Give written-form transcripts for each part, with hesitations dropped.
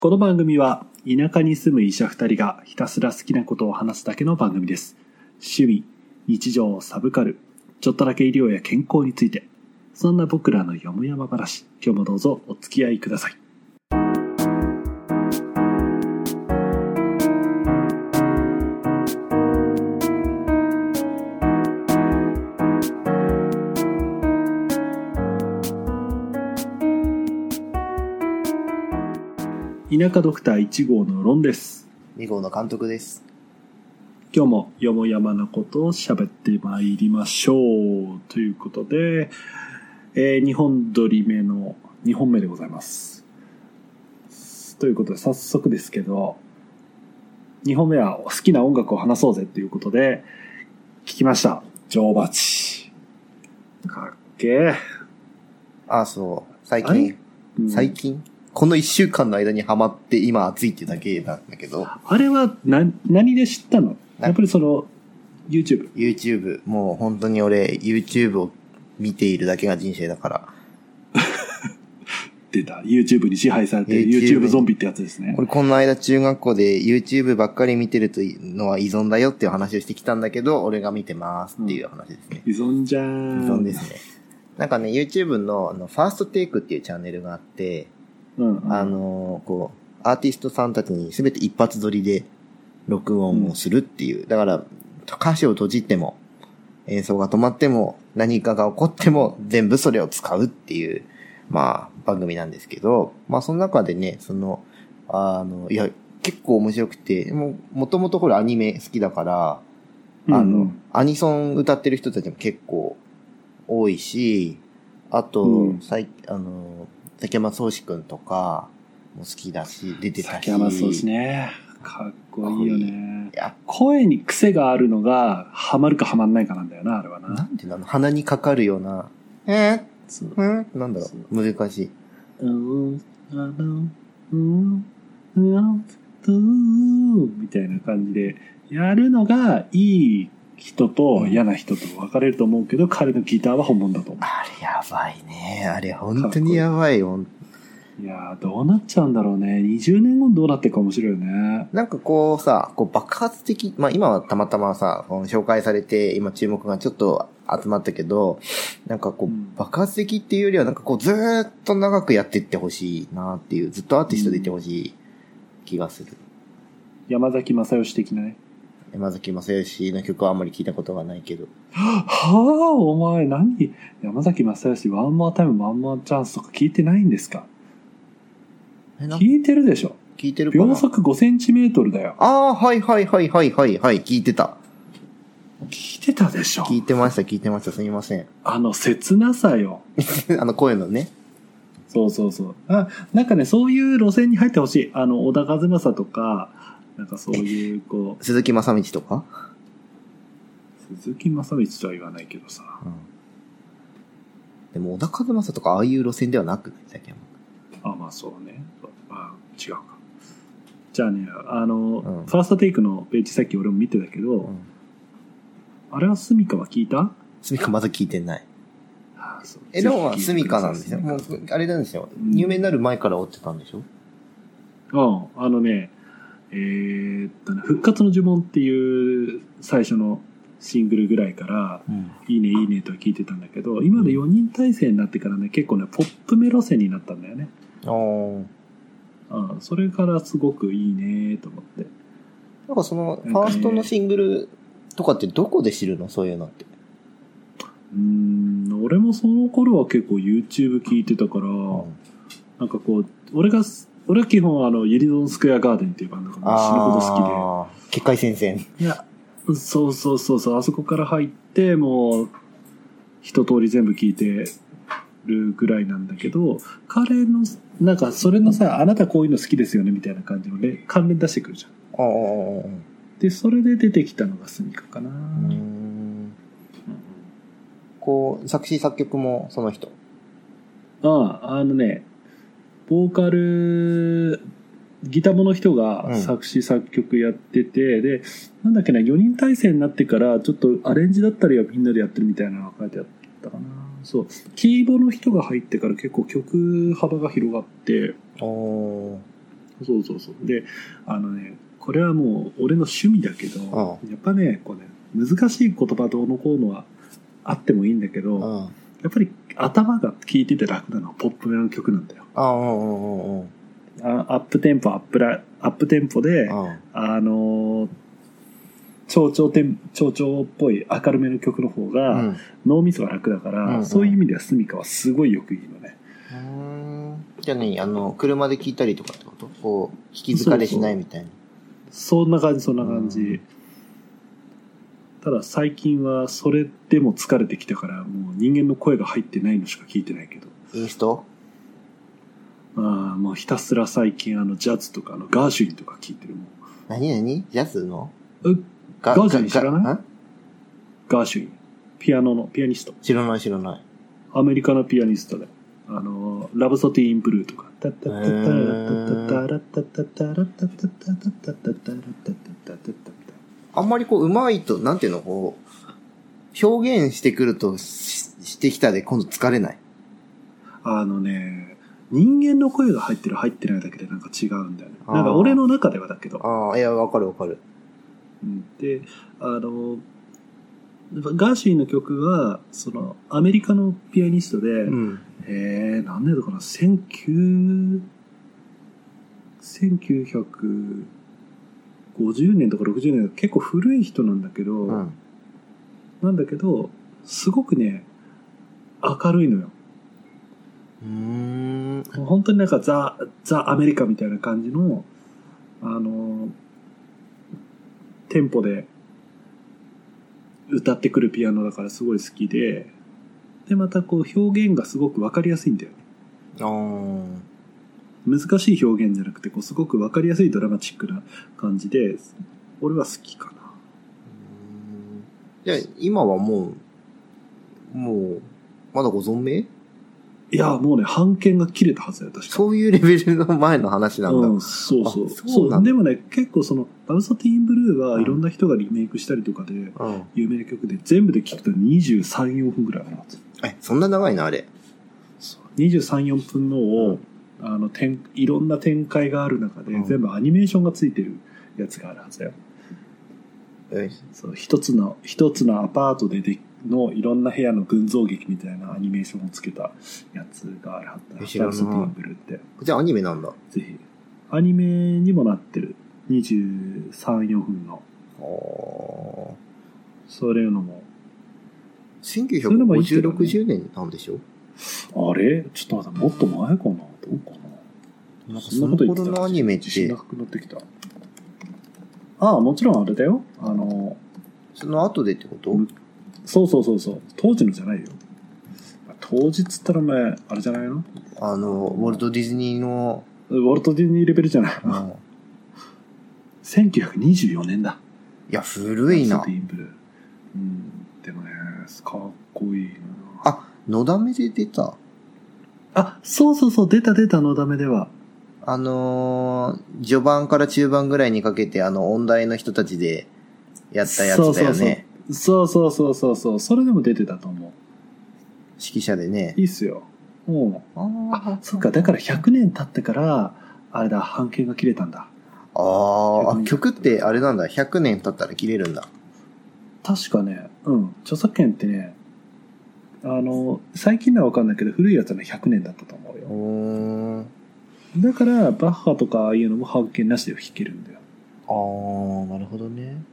この番組は田舎に住む医者2人がひたすら好きなことを話すだけの番組です。趣味、日常、サブカル、ちょっとだけ医療や健康について、そんな僕らのよもやま話、今日もどうぞお付き合いください。田舎ドクター1号のロンです。 2号の監督です。 今日もよもやまなことを喋ってまいりましょうということで、2本撮り目の2本目でございます。ということで早速ですけど、2本目は好きな音楽を話そうぜということで聞きました。女王蜂かっけー。 そう最近この1週間の間にハマって今熱いってだけなんだけど、 あれは何で知ったの？やっぱりその YouTube もう本当に俺 YouTube を見ているだけが人生だから出た YouTube に支配されて YouTube ゾンビってやつですね。 俺この間中学校で YouTube ばっかり見てるというのは依存だよっていう話をしてきたんだけど、俺が見てますっていう話ですね。 依存じゃん。 依存ですね。なんかね YouTube のファーストテイクっていうチャンネルがあって、こうアーティストさんたちに全て一発撮りで録音をするっていう、だから歌詞を閉じても演奏が止まっても何かが起こっても全部それを使うっていう番組なんですけど、その中でねいや結構面白くて、もともとこれアニメ好きだから、アニソン歌ってる人たちも結構多いし、あと、崎山壮志くんとかも好きだし、出てたし。 崎山壮志ね。かっこいいよね。声に癖があるのが、ハマるかハマんないかなんだよな、あれはな。 なんていうの？鼻にかかるような、なんだろう、難しい。 みたいな感じで、やるのがいい人と嫌な人と分かれると思うけど、彼のギターは本物だと思う。 あれやばいね。あれ本当にやばいよ。 いやー、どうなっちゃうんだろうね。20年後どうなっていくか面白いよね。 なんかこう爆発的、今はたまたま紹介されて、今注目がちょっと集まったけど、なんか爆発的っていうよりはずーっと長くやっていってほしいなっていう、ずっとアーティストでいてほしい気がする。 山崎正義的なね。 山崎正義の曲はあんまり聞いたことがないけど。 お前山崎正義ワンモアタイムワンモアチャンスとか聞いてないんですか？聞いてるでしょ。 聞いてるかな。 秒速5センチメートルだよ。 はい、聞いてた。 聞いてたでしょ。 聞いてました、すみません。 切なさよ。 声のね。 そう。なんかね、そういう路線に入ってほしい。小田和正とか、なんかそういう鈴木正道とか？ 鈴木正道とは言わないけどさ。 でも小田和正とかああいう路線ではなくない？ そうね。違うか。じゃあね、ファーストテイクのページさっき俺も見てたけど、あれはスミカは聞いた？ スミカまだ聞いてない。でもスミカなんですよ。もうあれなんですよ。有名になる前から追ってたんでしょ？ 復活の呪文っていう最初のシングルぐらいから、いいねいいねとは聞いてたんだけど、今で4人体制になってからね、結構ねポップメ路線になったんだよね。それからすごくいいねと思って。 なんかそのファーストのシングルとかってどこで知るの？そういうのって。 俺もその頃は結構 YouTube 聞いてたから、なんか俺は基本ユニゾンスクエアガーデンっていうバンドが死ぬほど好きで。 結界戦線。 いや、そう。あそこから入って、もう一通り全部聞いてるぐらいなんだけど、彼のなんかそれのさ、あなたこういうの好きですよねみたいな感じのね関連出してくるじゃん。でそれで出てきたのがスミカかな。 作詞作曲もその人。 ボーカルギターの人が作詞作曲やってて、でなんだっけな、4人体制になってからちょっとアレンジだったりはみんなでやってるみたいなのが書いてあったかな。そう、キーボの人が入ってから結構曲幅が広がって、 そうそうそう。で、これはもう俺の趣味だけど、やっぱね、こうね、難しい言葉どうのこうのはあってもいいんだけど、やっぱり頭が聴いてて楽なのはポップめの曲なんだよ。アップテンポで、長調っぽい明るめの曲の方が脳みそが楽だから、そういう意味ではスミカはすごいよくいいのね。 じゃあね、車で聴いたりとかってこと？こう、引き疲れしないみたいな。 そんな感じ。ただ最近はそれでも疲れてきたから、もう人間の声が入ってないのしか聞いてないけど。 インスト？ もうひたすら最近ジャズとかガーシュウィンとか聞いてるもん。 何ジャズの？ ガーシュウィン知らない？ガーシュウィン。ピアニスト。 知らない。 アメリカのピアニストで。ラブソティーンブルーとか。 あんまりこう、上手いと、なんていうの、こう、表現してくると、してきたで今度疲れない。 人間の声が入ってる入ってないだけでなんか違うんだよね。なんか俺の中ではだけど。 いや、わかる。 で、ガーシュウィンの曲は、アメリカのピアニストで、何年だかな、1950年とか60年とか結構古い人なんだけど、すごくね、明るいのよ。本当になんかザ・アメリカみたいな感じの、テンポで歌ってくるピアノだからすごい好きで、またこう表現がすごくわかりやすいんだよね。難しい表現じゃなくて、こうすごくわかりやすいドラマチックな感じで、俺は好きかな。 じゃあ今はもう、まだご存命？ いや、もうね、版権が切れたはずだよ、確か。 そういうレベルの前の話なんだ。 そうでもね、結構ラブソティーンブルーはいろんな人がリメイクしたりとかで、有名な曲で、全部で聴くと23、4分ぐらいあるはず。 そんな長いな、あれ。 23、4分のを、いろんな展開がある中で、全部アニメーションがついてるやつがあるはずだよ。そう一つのアパートでのいろんな部屋の群像劇みたいなアニメーションをつけたやつがあるはずだ。ラブソティーンブルーって。 じゃあアニメなんだ。 ぜひ。アニメにもなってる。23、4分の。それのも。 1950、60年なんでしょ？ あれちょっと待って、もっと前かな？どうかな？ なんかその頃のアニメって。 自信なくなってきた。もちろんあれだよ。 その後でってこと？ そう。当時のじゃないよ。当時っつったらお前、あれじゃないの？ ウォルト・ディズニーの。 ウォルト・ディズニーレベルじゃないの。1924年だ。 いや、古いな。 でもね、かっこいいな。のだめで出た？ そう、出た、のだめでは。 序盤から中盤ぐらいにかけて音大の人たちでやったやつだよね。 そう。それでも出てたと思う。 指揮者でね。 いいっすよ。そっか、だから100年経ってから、あれだ、版権が切れたんだ。 曲ってあれなんだ、100年経ったら切れるんだ。 確かね、著作権ってね、最近のは分かんないけど、古いやつはね、100年だったと思うよ。だから、バッハとかああいうのも版権なしで弾けるんだよ。 なるほどね。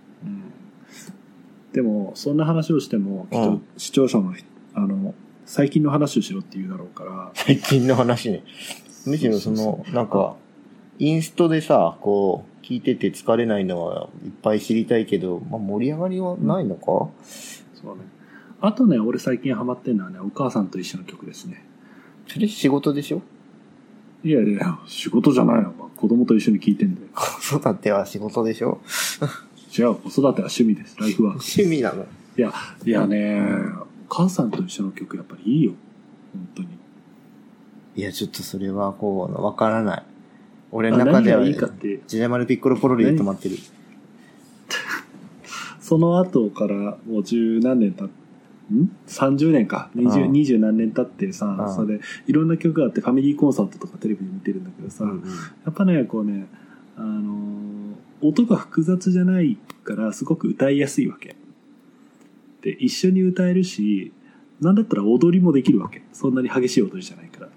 でも、そんな話をしても、きっと視聴者の、最近の話をしろって言うだろうから。 最近の話ね。むしろなんか、インストでさ、こう、聞いてて疲れないのはいっぱい知りたいけど、盛り上がりはないのか？ そうね。あとね、俺最近ハマってんのはね、お母さんと一緒の曲ですね。 それ仕事でしょ？ いや、仕事じゃないの。子供と一緒に聴いてんだよ。 子育ては仕事でしょ？ 違う、子育ては趣味です。ライフワーク。 趣味なの？ いやね、お母さんと一緒の曲やっぱりいいよ。本当に。 いや、ちょっとそれはわからない。俺の中では、ジャマルピッコロポロリで止まってる。 その後からもう十何年経って、 30年か。20何年経ってさ、それで、いろんな曲があって、ファミリーコンサートとかテレビで見てるんだけどさ、やっぱね、こうね、音が複雑じゃないから、すごく歌いやすいわけ。で、一緒に歌えるし、なんだったら踊りもできるわけ。そんなに激しい踊りじゃないから。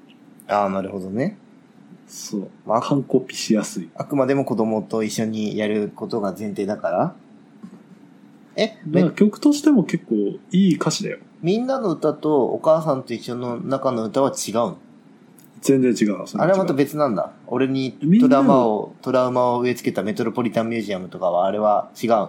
ああ、なるほどね。 そう。完コピしやすい。 あくまでも子供と一緒にやることが前提だからだから曲としても結構いい歌詞だよ。 みんなの歌とお母さんと一緒の中の歌は違うの？ 全然違う。 あれはまた別なんだ。俺にトラウマを植え付けたメトロポリタンミュージアムとかはあれは違う。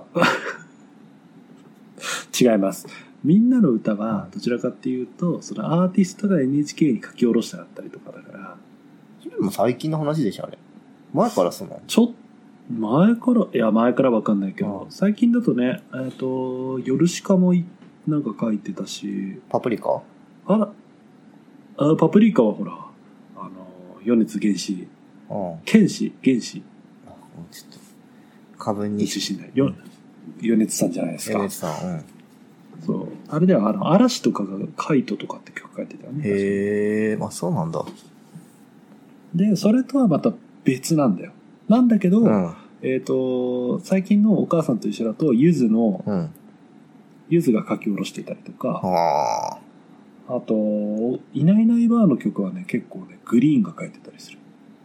違います。みんなの歌はどちらかっていうと、そのアーティストが NHK に書き下ろしてあったりとかだから。 それも最近の話でしょ、あれ。前からその。 前からわかんないけど、最近だとね、ヨルシカもなんか書いてたし。 パプリカ？ パプリカはほら、米津玄師。原始。ちょっと、過分に。 米津さんじゃないですか。 米津さん、 そう。あれでは、嵐とかがカイトとかって曲書いてたよね。 へえ、そうなんだ。 で、それとはまた別なんだよ。なんだけど、最近のお母さんと一緒だと、ゆずが書き下ろしていたりとか、あと、いないいないばあの曲はね、結構ね、グリーンが書いてたりする。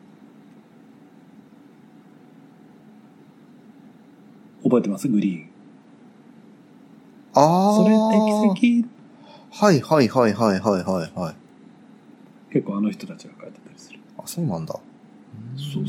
覚えてます？グリーン。それ適石。 はい。 結構あの人たちが書いてたりする。 あ、そうなんだ。 そう。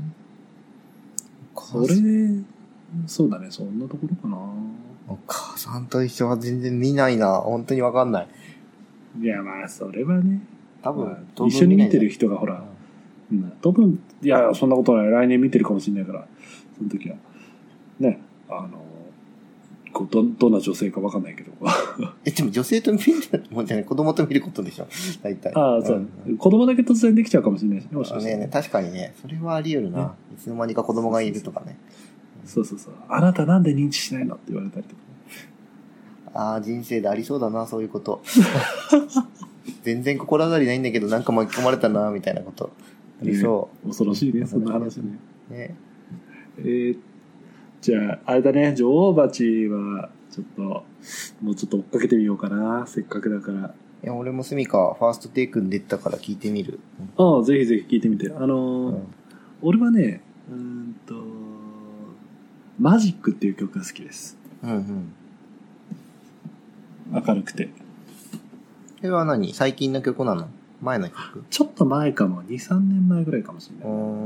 そうだね、そんなところかな。 お母さんと一緒は全然見ないな。本当にわかんない。 いや、まあ、それはね。 多分、 一緒に見てる人がほら、多分、いや、そんなことない。来年見てるかもしれないから、その時は。ね、どんな女性かわかんないけど。 でも女性と見るもんじゃない、子供と見ることでしょ、大体。 ああ、そう、子供だけ突然できちゃうかもしれないしね、もしかして。 ね、確かにね、それはあり得るな。いつの間にか子供がいるとかね。 そう。あなたなんで認知しないのって言われたりとか。 ああ、人生でありそうだな、そういうこと。全然心当たりないんだけど、なんか巻き込まれたな、みたいなこと。ありそう。 恐ろしいね、そんな話ね。 ね。 じゃあ、あれだね、女王蜂は、もうちょっと追っかけてみようかな、せっかくだから。 いや、俺もスミカ、ファーストテイクに出たから聞いてみる。 ぜひぜひ聞いてみて。俺はね、マジックっていう曲が好きです。明るくて。 それは何？最近の曲なの？前の曲？ ちょっと前かも。2、3年前ぐらいかもしれない。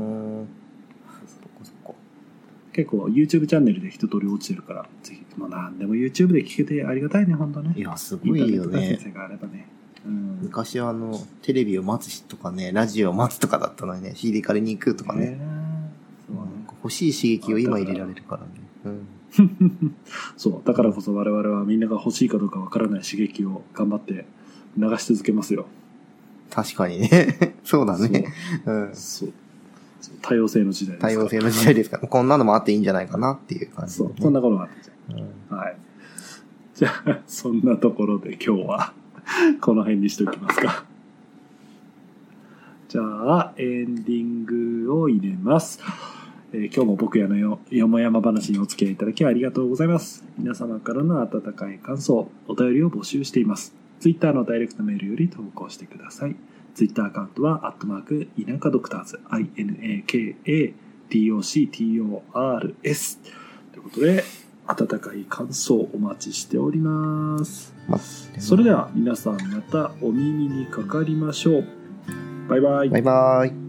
そこ。結構 YouTube チャンネルで一通り落ちてるから、ぜひ、もう何でも YouTube で聴けてありがたいね、ほんとね。 いや、すごいよね。 先生があればね。 昔はテレビを待つとかね、ラジオを待つとかだったのにね、CD 借りに行くとかね。欲しい刺激を今入れられるからね。 そう。だからこそ我々はみんなが欲しいかどうかわからない刺激を頑張って流し続けますよ。 確かにね。そうだね。 そう。多様性の時代ですから。 多様性の時代ですから。こんなのもあっていいんじゃないかなっていう感じ、 そう。こんなことがあってじゃん。はい。じゃあ、そんなところで今日はこの辺にしておきますか。じゃあ、エンディングを入れます。今日も僕やのよもやま話にお付き合いいただきありがとうございます。皆様からの温かい感想、お便りを募集しています。Twitter のダイレクトメールより投稿してください。Twitter アカウントは、田舎ドクターズ、INAKADOCTORS。ということで、温かい感想お待ちしております。それでは皆さんまたお耳にかかりましょう。バイバイ。 バイバイ。